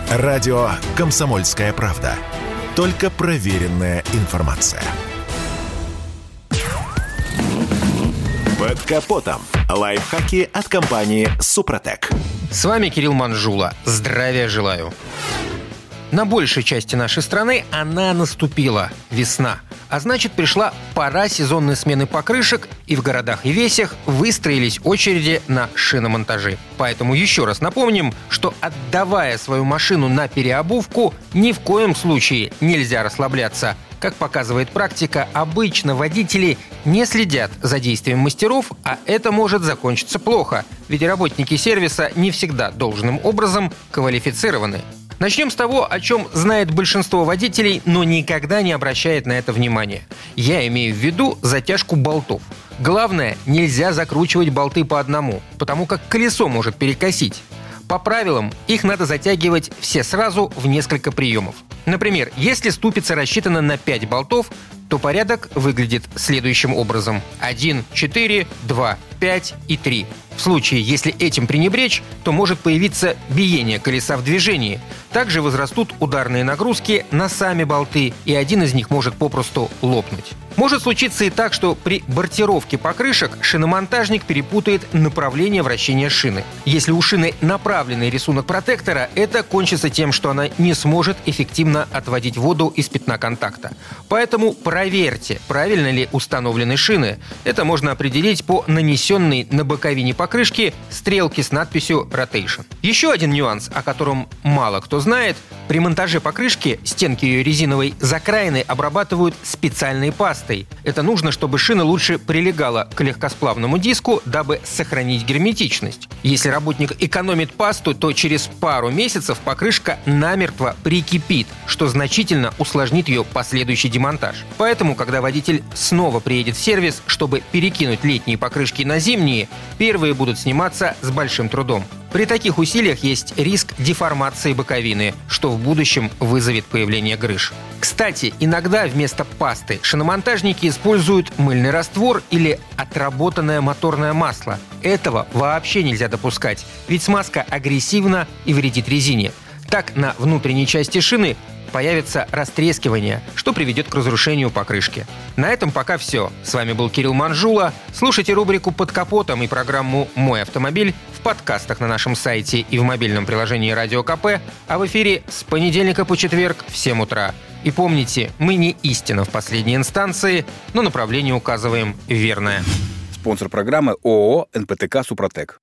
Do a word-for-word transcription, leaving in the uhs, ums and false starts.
Радио «Комсомольская правда». Только проверенная информация. Под капотом. Лайфхаки от компании «Супротек». С вами Кирилл Манжула. Здравия желаю. На большей части нашей страны она наступила, весна. А значит, пришла пора сезонной смены покрышек, и в городах и весях выстроились очереди на шиномонтажи. Поэтому еще раз напомним, что отдавая свою машину на переобувку, ни в коем случае нельзя расслабляться. Как показывает практика, обычно водители не следят за действием мастеров, а это может закончиться плохо, ведь работники сервиса не всегда должным образом квалифицированы. Начнем с того, о чем знает большинство водителей, но никогда не обращает на это внимания. Я имею в виду затяжку болтов. Главное, нельзя закручивать болты по одному, потому как колесо может перекосить. По правилам, их надо затягивать все сразу в несколько приемов. Например, если ступица рассчитана на пять болтов, то порядок выглядит следующим образом: один, четыре, два, пять и три. В случае, если этим пренебречь, то может появиться биение колеса в движении. Также возрастут ударные нагрузки на сами болты, и один из них может попросту лопнуть. Может случиться и так, что при бортировке покрышек шиномонтажник перепутает направление вращения шины. Если у шины направленный рисунок протектора, это кончится тем, что она не сможет эффективно отводить воду из пятна контакта. Поэтому проверьте, правильно ли установлены шины. Это можно определить по нанесенной на боковине покрышки стрелке с надписью «Rotation». Еще один нюанс, о котором мало кто знает: при монтаже покрышки стенки ее резиновой закраины обрабатывают специальной пастой. Это нужно, чтобы шина лучше прилегала к легкосплавному диску, дабы сохранить герметичность. Если работник экономит пасту, то через пару месяцев покрышка намертво прикипит, что значительно усложнит ее последующий демонтаж. Поэтому, когда водитель снова приедет в сервис, чтобы перекинуть летние покрышки на зимние, первые будут сниматься с большим трудом. При таких усилиях есть риск деформации боковины, что в будущем вызовет появление грыж. Кстати, иногда вместо пасты шиномонтажники используют мыльный раствор или отработанное моторное масло. Этого вообще нельзя допускать, ведь смазка агрессивна и вредит резине. Так на внутренней части шины появится растрескивание, что приведет к разрушению покрышки. На этом пока все. С вами был Кирилл Манжула. Слушайте рубрику «Под капотом» и программу «Мой автомобиль» в подкастах на нашем сайте и в мобильном приложении Радио КП, а в эфире с понедельника по четверг в семь утра. И помните, мы не истина в последней инстанции, но направление указываем верное. Спонсор программы ООО «эн пэ тэ ка Супротек».